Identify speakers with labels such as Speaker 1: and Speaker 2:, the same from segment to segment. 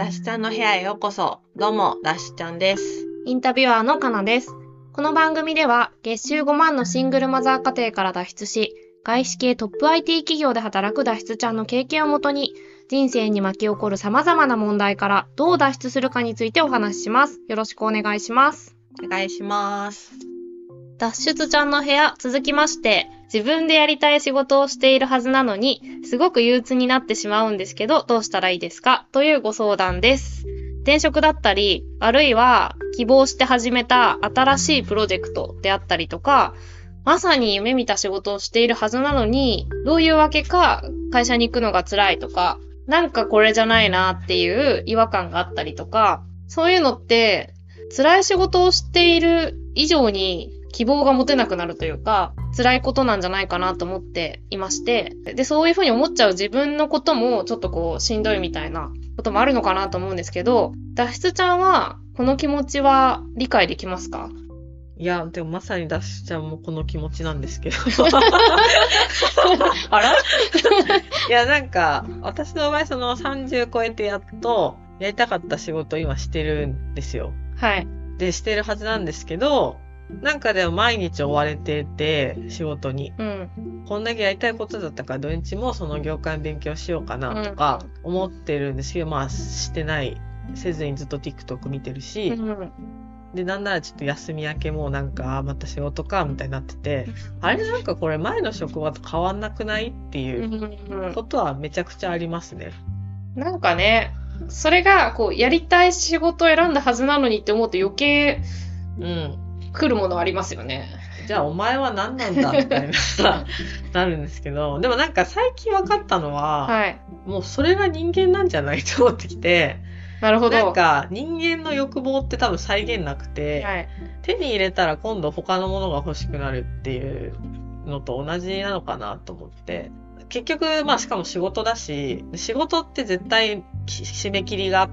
Speaker 1: ダッシュちゃんの部屋へようこそ。どうも、ダッシュちゃんです。
Speaker 2: インタビュアーのかなです。この番組では月収5万のシングルマザー家庭から脱出し、外資系トップ IT 企業で働く脱出ちゃんの経験をもとに、人生に巻き起こる様々な問題からどう脱出するかについてお話しします。よろしくお願いします。
Speaker 1: お願いします。
Speaker 2: 脱出ちゃんの部屋、続きまして、自分でやりたい仕事をしているはずなのに、すごく憂鬱になってしまうんですけど、どうしたらいいですかというご相談です。転職だったり、あるいは希望して始めた新しいプロジェクトであったりとか、まさに夢見た仕事をしているはずなのに、どういうわけか会社に行くのが辛いとか、なんかこれじゃないなっていう違和感があったりとか、そういうのって辛い仕事をしている以上に希望が持てなくなるというか、辛いことなんじゃないかなと思っていまして、で、そういうふうに思っちゃう自分のこともちょっとしんどいみたいなこともあるのかなと思うんですけど、脱出ちゃんはこの気持ちは理解できますか？
Speaker 1: いや、でもまさにダッシュちゃんもこの気持ちなんですけど。
Speaker 2: あら
Speaker 1: いや、なんか、私の場合その30超えてやっとやりたかった仕事を今してるんですよ。
Speaker 2: はい。
Speaker 1: で、してるはずなんですけど、なんかでも毎日追われてて、仕事に。こんだけやりたいことだったから土日もその業界の勉強しようかなとか思ってるんですけど、まあしてない。せずにずっと TikTok 見てるし、で、なんならちょっと休み明けもなんか、また仕事か、みたいになってて、あれなんかこれ前の職場と変わんなくないっていうことはめちゃくちゃありますね。
Speaker 2: なんかね、それがやりたい仕事を選んだはずなのにって思うと余計、来るものありますよね。
Speaker 1: じゃあお前は何なんだみたいななるんですけど、でもなんか最近分かったのは、もうそれが人間なんじゃないと思ってきて、
Speaker 2: なるほど。
Speaker 1: なんか人間の欲望って多分再現なくて、手に入れたら今度他のものが欲しくなるっていうのと同じなのかなと思って、結局まあしかも仕事だし、仕事って絶対締め切りがあって、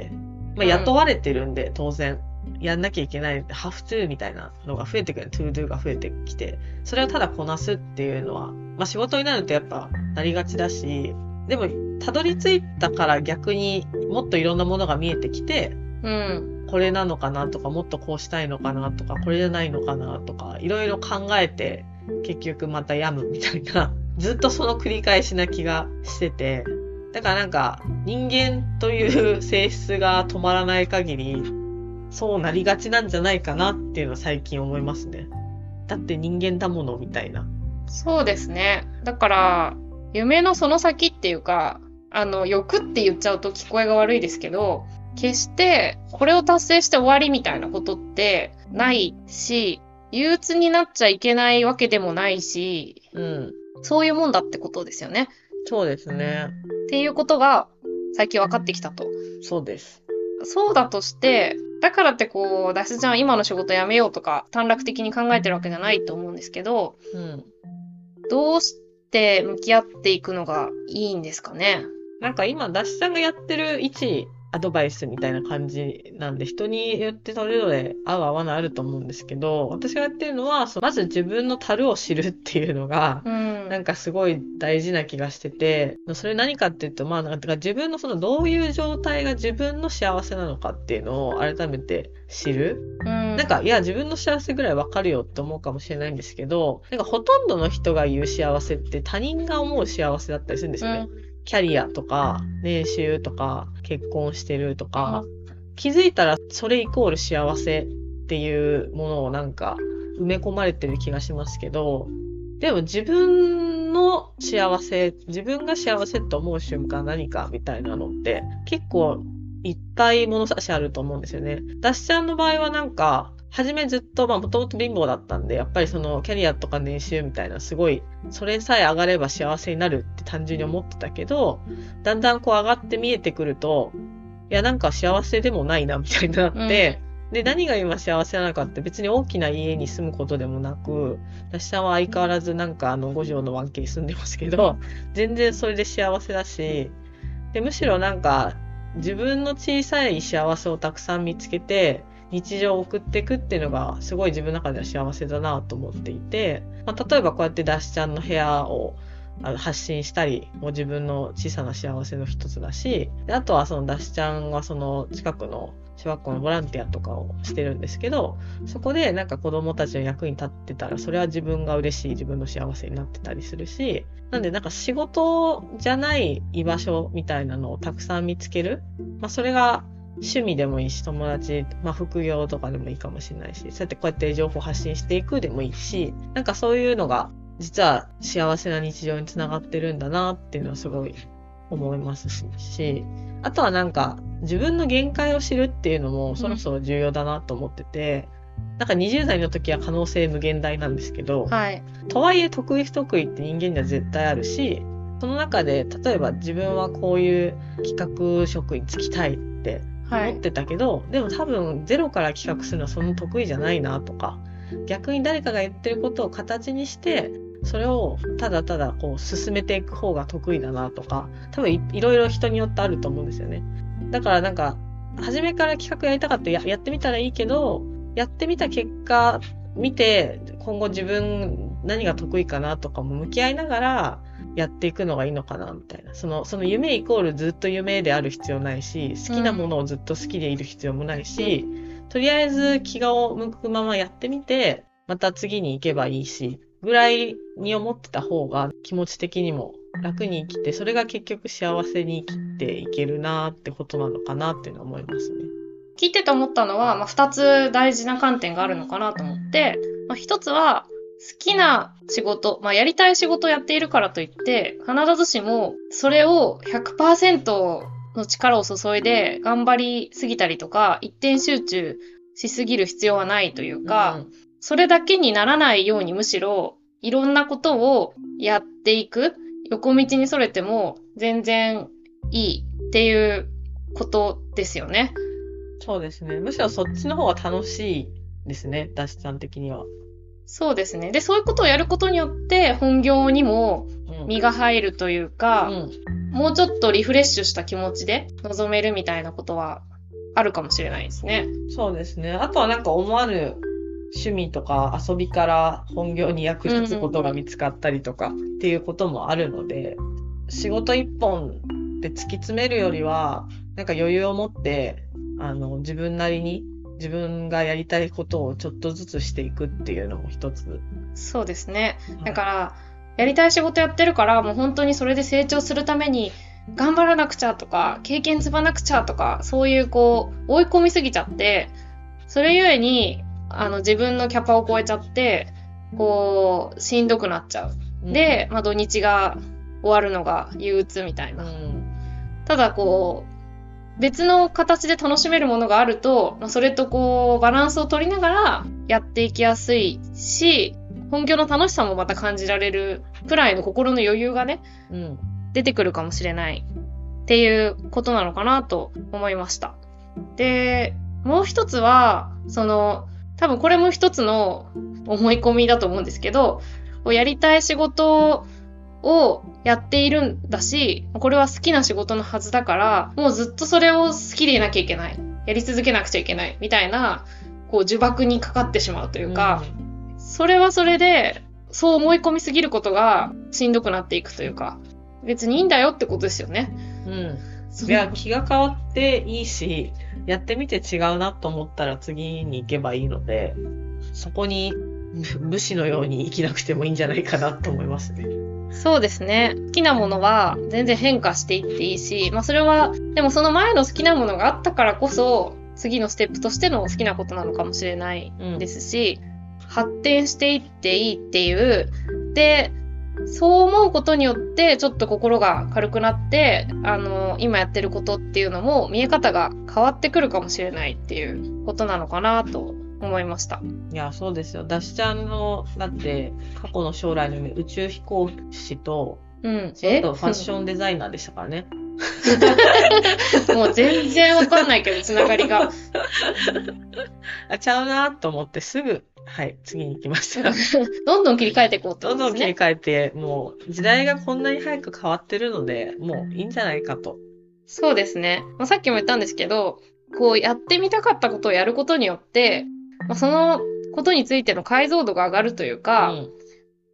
Speaker 1: まあ雇われてるんで当然。やんなきゃいけない、ハフトゥーみたいなのが増えてくる、トゥードゥが増えてきて、それをただこなすっていうのは、まあ仕事になるとやっぱなりがちだし、でもたどり着いたから逆にもっといろんなものが見えてきて、これなのかなとか、もっとこうしたいのかなとか、これじゃないのかなとか、いろいろ考えて、結局また病むみたいな、ずっとその繰り返しな気がしてて、だからなんか人間という性質が止まらない限り、そうなりがちなんじゃないかなっていうのは最近思いますね。だって人間だものみたいな。
Speaker 2: そうですね。だから、夢のその先っていうか、欲って言っちゃうと聞こえが悪いですけど、決してこれを達成して終わりみたいなことってないし、憂鬱になっちゃいけないわけでもないし、そういうもんだってことですよね。
Speaker 1: そうですね。
Speaker 2: っていうことが最近分かってきたと。
Speaker 1: そうです。
Speaker 2: そうだとして、だからってダシちゃん今の仕事辞めようとか短絡的に考えてるわけじゃないと思うんですけど、どうして向き合っていくのがいいんですかね。
Speaker 1: なんか今ダシちゃんがやってる一アドバイスみたいな感じなんで、人によってそれぞれ合う合わないあると思うんですけど、私がやってるのはまず自分の樽を知るっていうのが、なんかすごい大事な気がしてて、それ何かっていうと、まあなんか自分のそのどういう状態が自分の幸せなのかっていうのを改めて知る。なんかいや自分の幸せぐらいわかるよって思うかもしれないんですけど、なんかほとんどの人が言う幸せって他人が思う幸せだったりするんですよね。キャリアとか、年収とか、結婚してるとか、気づいたらそれイコール幸せっていうものをなんか埋め込まれてる気がしますけど、でも自分の幸せ、自分が幸せと思う瞬間何かみたいなのって結構いっぱい物差しあると思うんですよね。ダッシュちゃんの場合はなんか、はじめずっと、まあもともと貧乏だったんで、やっぱりそのキャリアとか年収みたいなすごい、それさえ上がれば幸せになるって単純に思ってたけど、だんだん上がって見えてくると、いやなんか幸せでもないなみたいになって、で、何が今幸せなのかって別に大きな家に住むことでもなく、私さんは相変わらずなんか5畳の 1K 住んでますけど、全然それで幸せだし、で、むしろなんか自分の小さい幸せをたくさん見つけて、日常を送っていくっていうのがすごい自分の中では幸せだなと思っていて、まあ、例えばこうやってダッシュちゃんの部屋を発信したりも自分の小さな幸せの一つだし、であとはそのだしちゃんはその近くの小学校のボランティアとかをしてるんですけど、そこでなんか子供たちの役に立ってたら、それは自分が嬉しい、自分の幸せになってたりするし、なんでなんか仕事じゃない居場所みたいなのをたくさん見つける。それが趣味でもいいし、友達、副業とかでもいいかもしれないし、そうやってこうやって情報発信していくでもいいし、なんかそういうのが実は幸せな日常につながってるんだなっていうのはすごい思いますし、あとはなんか自分の限界を知るっていうのもそろそろ重要だなと思ってて、なんか20代の時は可能性無限大なんですけど、
Speaker 2: はい。
Speaker 1: とはいえ得意不得意って人間には絶対あるし、その中で例えば自分はこういう企画職に就きたいって思ってたけど、でも多分ゼロから企画するのはそんな得意じゃないなとか、逆に誰かが言ってることを形にしてそれをただただこう進めていく方が得意だなとか、多分いろいろ人によってあると思うんですよね。だからなんか初めから企画やりたかったら やってみたらいいけど、やってみた結果見て今後自分何が得意かなとかも向き合いながらやっていくのがいいのかなみたいな。その夢イコールずっと夢である必要ないし、好きなものをずっと好きでいる必要もないし、とりあえず気が向くままやってみて、また次に行けばいいし、ぐらいに思ってた方が気持ち的にも楽に生きて、それが結局幸せに生きていけるなってことなのかなっていうのは思いますね。
Speaker 2: 聞いてて思ったのは、2つ大事な観点があるのかなと思って、1つは好きな仕事、やりたい仕事をやっているからといって、必ずしもそれを 100% の力を注いで頑張りすぎたりとか、一点集中しすぎる必要はないというか、それだけにならないようにむしろいろんなことをやっていく、横道にそれても全然いいっていうことですよね。
Speaker 1: そうですね。むしろそっちの方が楽しいですね、ダシちゃん的には。
Speaker 2: そうですね。で、そういうことをやることによって本業にも身が入るというか、もうちょっとリフレッシュした気持ちで臨めるみたいなことはあるかもしれないですね。
Speaker 1: そうですね。あとはなんか思わぬ趣味とか遊びから本業に役立つことが見つかったりとかっていうこともあるので、仕事一本で突き詰めるよりは、なんか余裕を持って自分なりに自分がやりたいことをちょっとずつしていくっていうのも一つ。
Speaker 2: そうですね。だから、やりたい仕事やってるから、もう本当にそれで成長するために頑張らなくちゃとか、経験積まなくちゃとか、そういう追い込みすぎちゃって、それゆえに、自分のキャパを超えちゃって、しんどくなっちゃう。で、土日が終わるのが憂鬱みたいな。ただ別の形で楽しめるものがあると、それとバランスを取りながらやっていきやすいし、本業の楽しさもまた感じられるくらいの心の余裕がね、出てくるかもしれないっていうことなのかなと思いました。で、もう一つは、多分これも一つの思い込みだと思うんですけど、やりたい仕事をやっているんだし、これは好きな仕事のはずだから、もうずっとそれを好きでいなきゃいけない。やり続けなくちゃいけない。みたいな、呪縛にかかってしまうというか、それはそれで、そう思い込みすぎることがしんどくなっていくというか、別にいいんだよってことですよね。
Speaker 1: いや、気が変わっていいし、やってみて違うなと思ったら次に行けばいいので、そこに武士のように生きなくてもいいんじゃないかなと思いますね。
Speaker 2: そうですね。好きなものは全然変化していっていいし、それは、でもその前の好きなものがあったからこそ、次のステップとしての好きなことなのかもしれないですし、発展していっていいっていう、で、そう思うことによってちょっと心が軽くなって、今やってることっていうのも見え方が変わってくるかもしれないっていうことなのかなと思いました。
Speaker 1: いや、そうですよ。ダシちゃんの、だって、過去の将来の夢、宇宙飛行士と、あとファッションデザイナーでしたからね。
Speaker 2: もう全然わかんないけど、つながりが。
Speaker 1: ちゃうなと思ってすぐ、次に行きました。
Speaker 2: どんどん切り替えていこうってことですね。
Speaker 1: どんどん切り替えて、もう時代がこんなに早く変わってるので、もういいんじゃないかと。
Speaker 2: そうですね。さっきも言ったんですけど、やってみたかったことをやることによって、そのことについての解像度が上がるというか、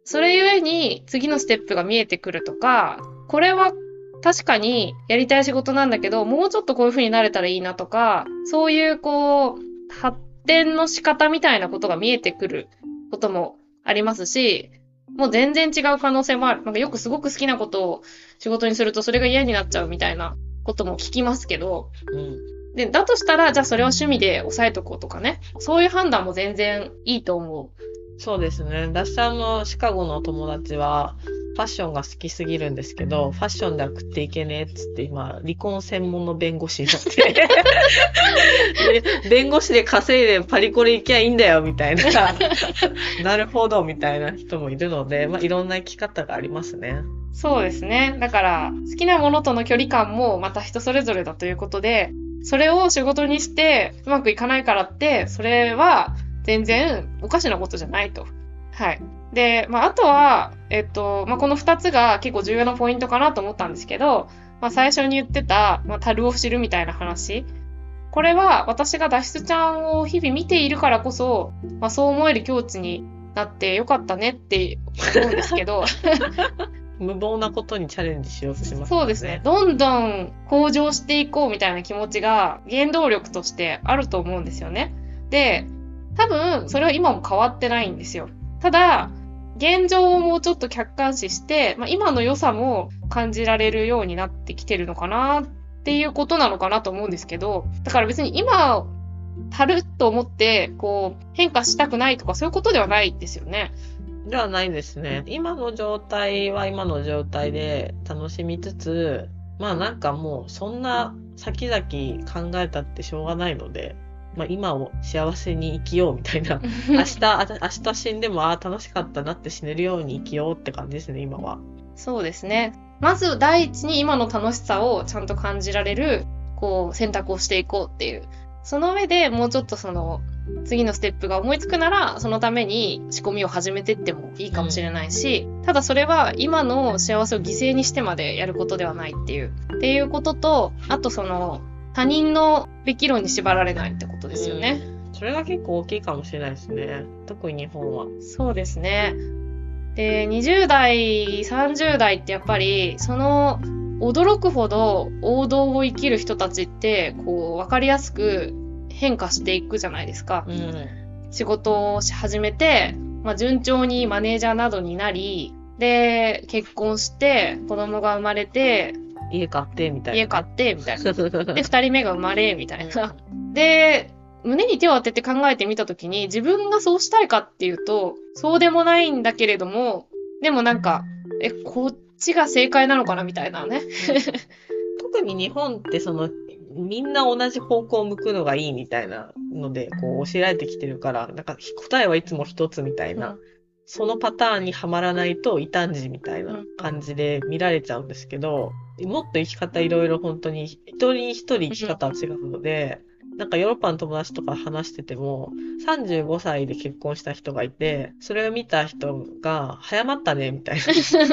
Speaker 2: それゆえに次のステップが見えてくるとか、これは確かにやりたい仕事なんだけど、もうちょっとこういう風になれたらいいなとか、そういう発展の仕方みたいなことが見えてくることもありますし、もう全然違う可能性もある。なんかよくすごく好きなことを仕事にするとそれが嫌になっちゃうみたいなことも聞きますけど、で、だとしたら、じゃあそれを趣味で抑えとこうとかね。そういう判断も全然いいと思う。
Speaker 1: そうですね。私シカゴの友達は、ファッションが好きすぎるんですけど、ファッションでは食っていけねえっつって今、離婚専門の弁護士になってで、弁護士で稼いでパリコレ行きゃいいんだよ、みたいな。なるほど、みたいな人もいるので、いろんな生き方がありますね。
Speaker 2: そうですね。だから、好きなものとの距離感もまた人それぞれだということで、それを仕事にしてうまくいかないからって、それは全然おかしなことじゃないと。はい。で、あとは、この二つが結構重要なポイントかなと思ったんですけど、最初に言ってた、樽を知るみたいな話。これは私が脱出ちゃんを日々見ているからこそ、そう思える境地になってよかったねって思うんですけど、
Speaker 1: 無謀なことにチャレンジしようとしますね。
Speaker 2: そうですね。どんどん向上していこうみたいな気持ちが原動力としてあると思うんですよね。で、多分それは今も変わってないんですよ。ただ、現状をもうちょっと客観視して、今の良さも感じられるようになってきてるのかなっていうことなのかなと思うんですけど、だから別に今、足ると思って変化したくないとかそういうことではないですよね。
Speaker 1: ではないですね。今の状態は今の状態で楽しみつつ、なんかもうそんな先々考えたってしょうがないので、今を幸せに生きようみたいな。明日死んでも楽しかったなって死ねるように生きようって感じですね、今は。
Speaker 2: そうですね。まず第一に今の楽しさをちゃんと感じられる、選択をしていこうっていう。その上でもうちょっと次のステップが思いつくなら、そのために仕込みを始めてってもいいかもしれないし、ただそれは今の幸せを犠牲にしてまでやることではないっていうことと、あと他人のべき論に縛られないってことですよね。
Speaker 1: それが結構大きいかもしれないですね。特に日本は。
Speaker 2: そうですね。で、20代、30代ってやっぱり、驚くほど王道を生きる人たちって、わかりやすく変化していくじゃないですか。仕事をし始めて、順調にマネージャーなどになり、で、結婚して、子供が生まれて、
Speaker 1: 家買ってみたいな。
Speaker 2: 家買ってみたいな。で、二人目が生まれみたいな。で、胸に手を当てて考えてみたときに、自分がそうしたいかっていうと、そうでもないんだけれども、でもなんか、こっちが正解なのかなみたいなね。
Speaker 1: 特に日本ってみんな同じ方向を向くのがいいみたいなので、教えられてきてるから、なんか答えはいつも一つみたいな。そのパターンにはまらないと異端児みたいな感じで見られちゃうんですけど、もっと生き方いろいろ本当に一人一人生き方は違うので、なんかヨーロッパの友達とか話してても、35歳で結婚した人がいて、それを見た人が、早まったね、みたいな。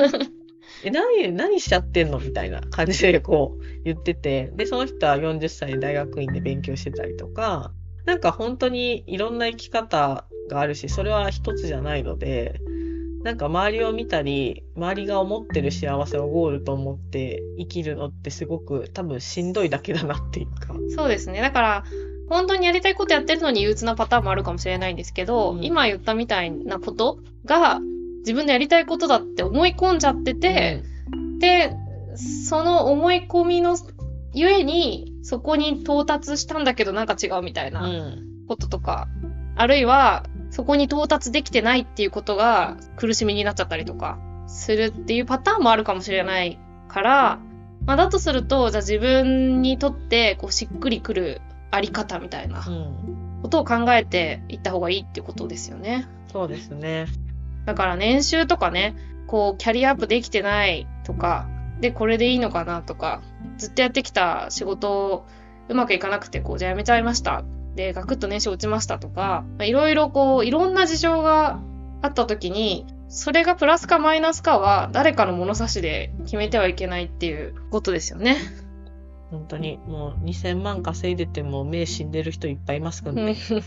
Speaker 1: 何しちゃってんのみたいな感じで言ってて、で、その人は40歳で大学院で勉強してたりとか、なんか本当にいろんな生き方があるし、それは一つじゃないので、なんか周りを見たり、周りが思ってる幸せをゴールと思って生きるのってすごく多分しんどいだけだなっていうか。
Speaker 2: そうですね。だから、本当にやりたいことやってるのに憂鬱なパターンもあるかもしれないんですけど、今言ったみたいなことが自分のやりたいことだって思い込んじゃってて、で、その思い込みのゆえにそこに到達したんだけどなんか違うみたいなこととか、あるいはそこに到達できてないっていうことが苦しみになっちゃったりとかするっていうパターンもあるかもしれないから、だとすると、じゃあ自分にとってしっくりくるあり方みたいなことを考えていった方がいいっていうことですよね。
Speaker 1: そうですね。
Speaker 2: だから年収とかね、キャリアアップできてないとか、で、これでいいのかなとか、ずっとやってきた仕事うまくいかなくて、じゃあ辞めちゃいました。で、ガクッと年収落ちましたとか、いろいろいろんな事情があった時に、それがプラスかマイナスかは誰かの物差しで決めてはいけないっていうことですよね。
Speaker 1: 本当に、もう2000万稼いでても目死んでる人いっぱいいますからね。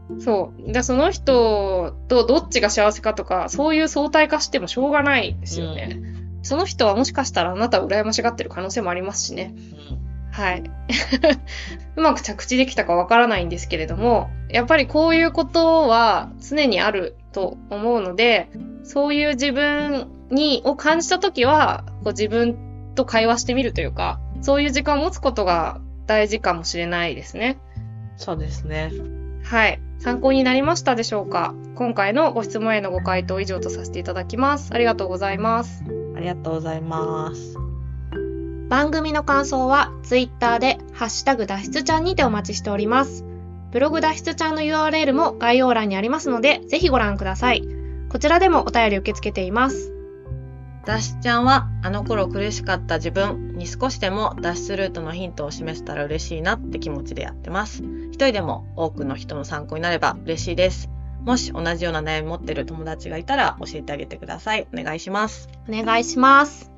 Speaker 2: そう。その人とどっちが幸せかとか、そういう相対化してもしょうがないですよね。その人はもしかしたらあなたを羨ましがってる可能性もありますしね。はい。うまく着地できたかわからないんですけれども、やっぱりこういうことは常にあると思うので、そういう自分を感じたときは、自分と会話してみるというか、そういう時間を持つことが大事かもしれないですね。
Speaker 1: そうですね。
Speaker 2: はい。参考になりましたでしょうか？今回のご質問へのご回答以上とさせていただきます。ありがとうございます。
Speaker 1: ありがとうございます。
Speaker 2: 番組の感想は Twitter でハッシュタグ脱出ちゃんにてお待ちしております。ブログ脱出ちゃんの URL も概要欄にありますので、ぜひご覧ください。こちらでもお便り受け付けています。
Speaker 1: 脱出ちゃんはあの頃苦しかった自分に少しでも脱出ルートのヒントを示せたら嬉しいなって気持ちでやってます。一人でも多くの人の参考になれば嬉しいです。もし同じような悩み持ってる友達がいたら教えてあげてください。お願いします。
Speaker 2: お願いします。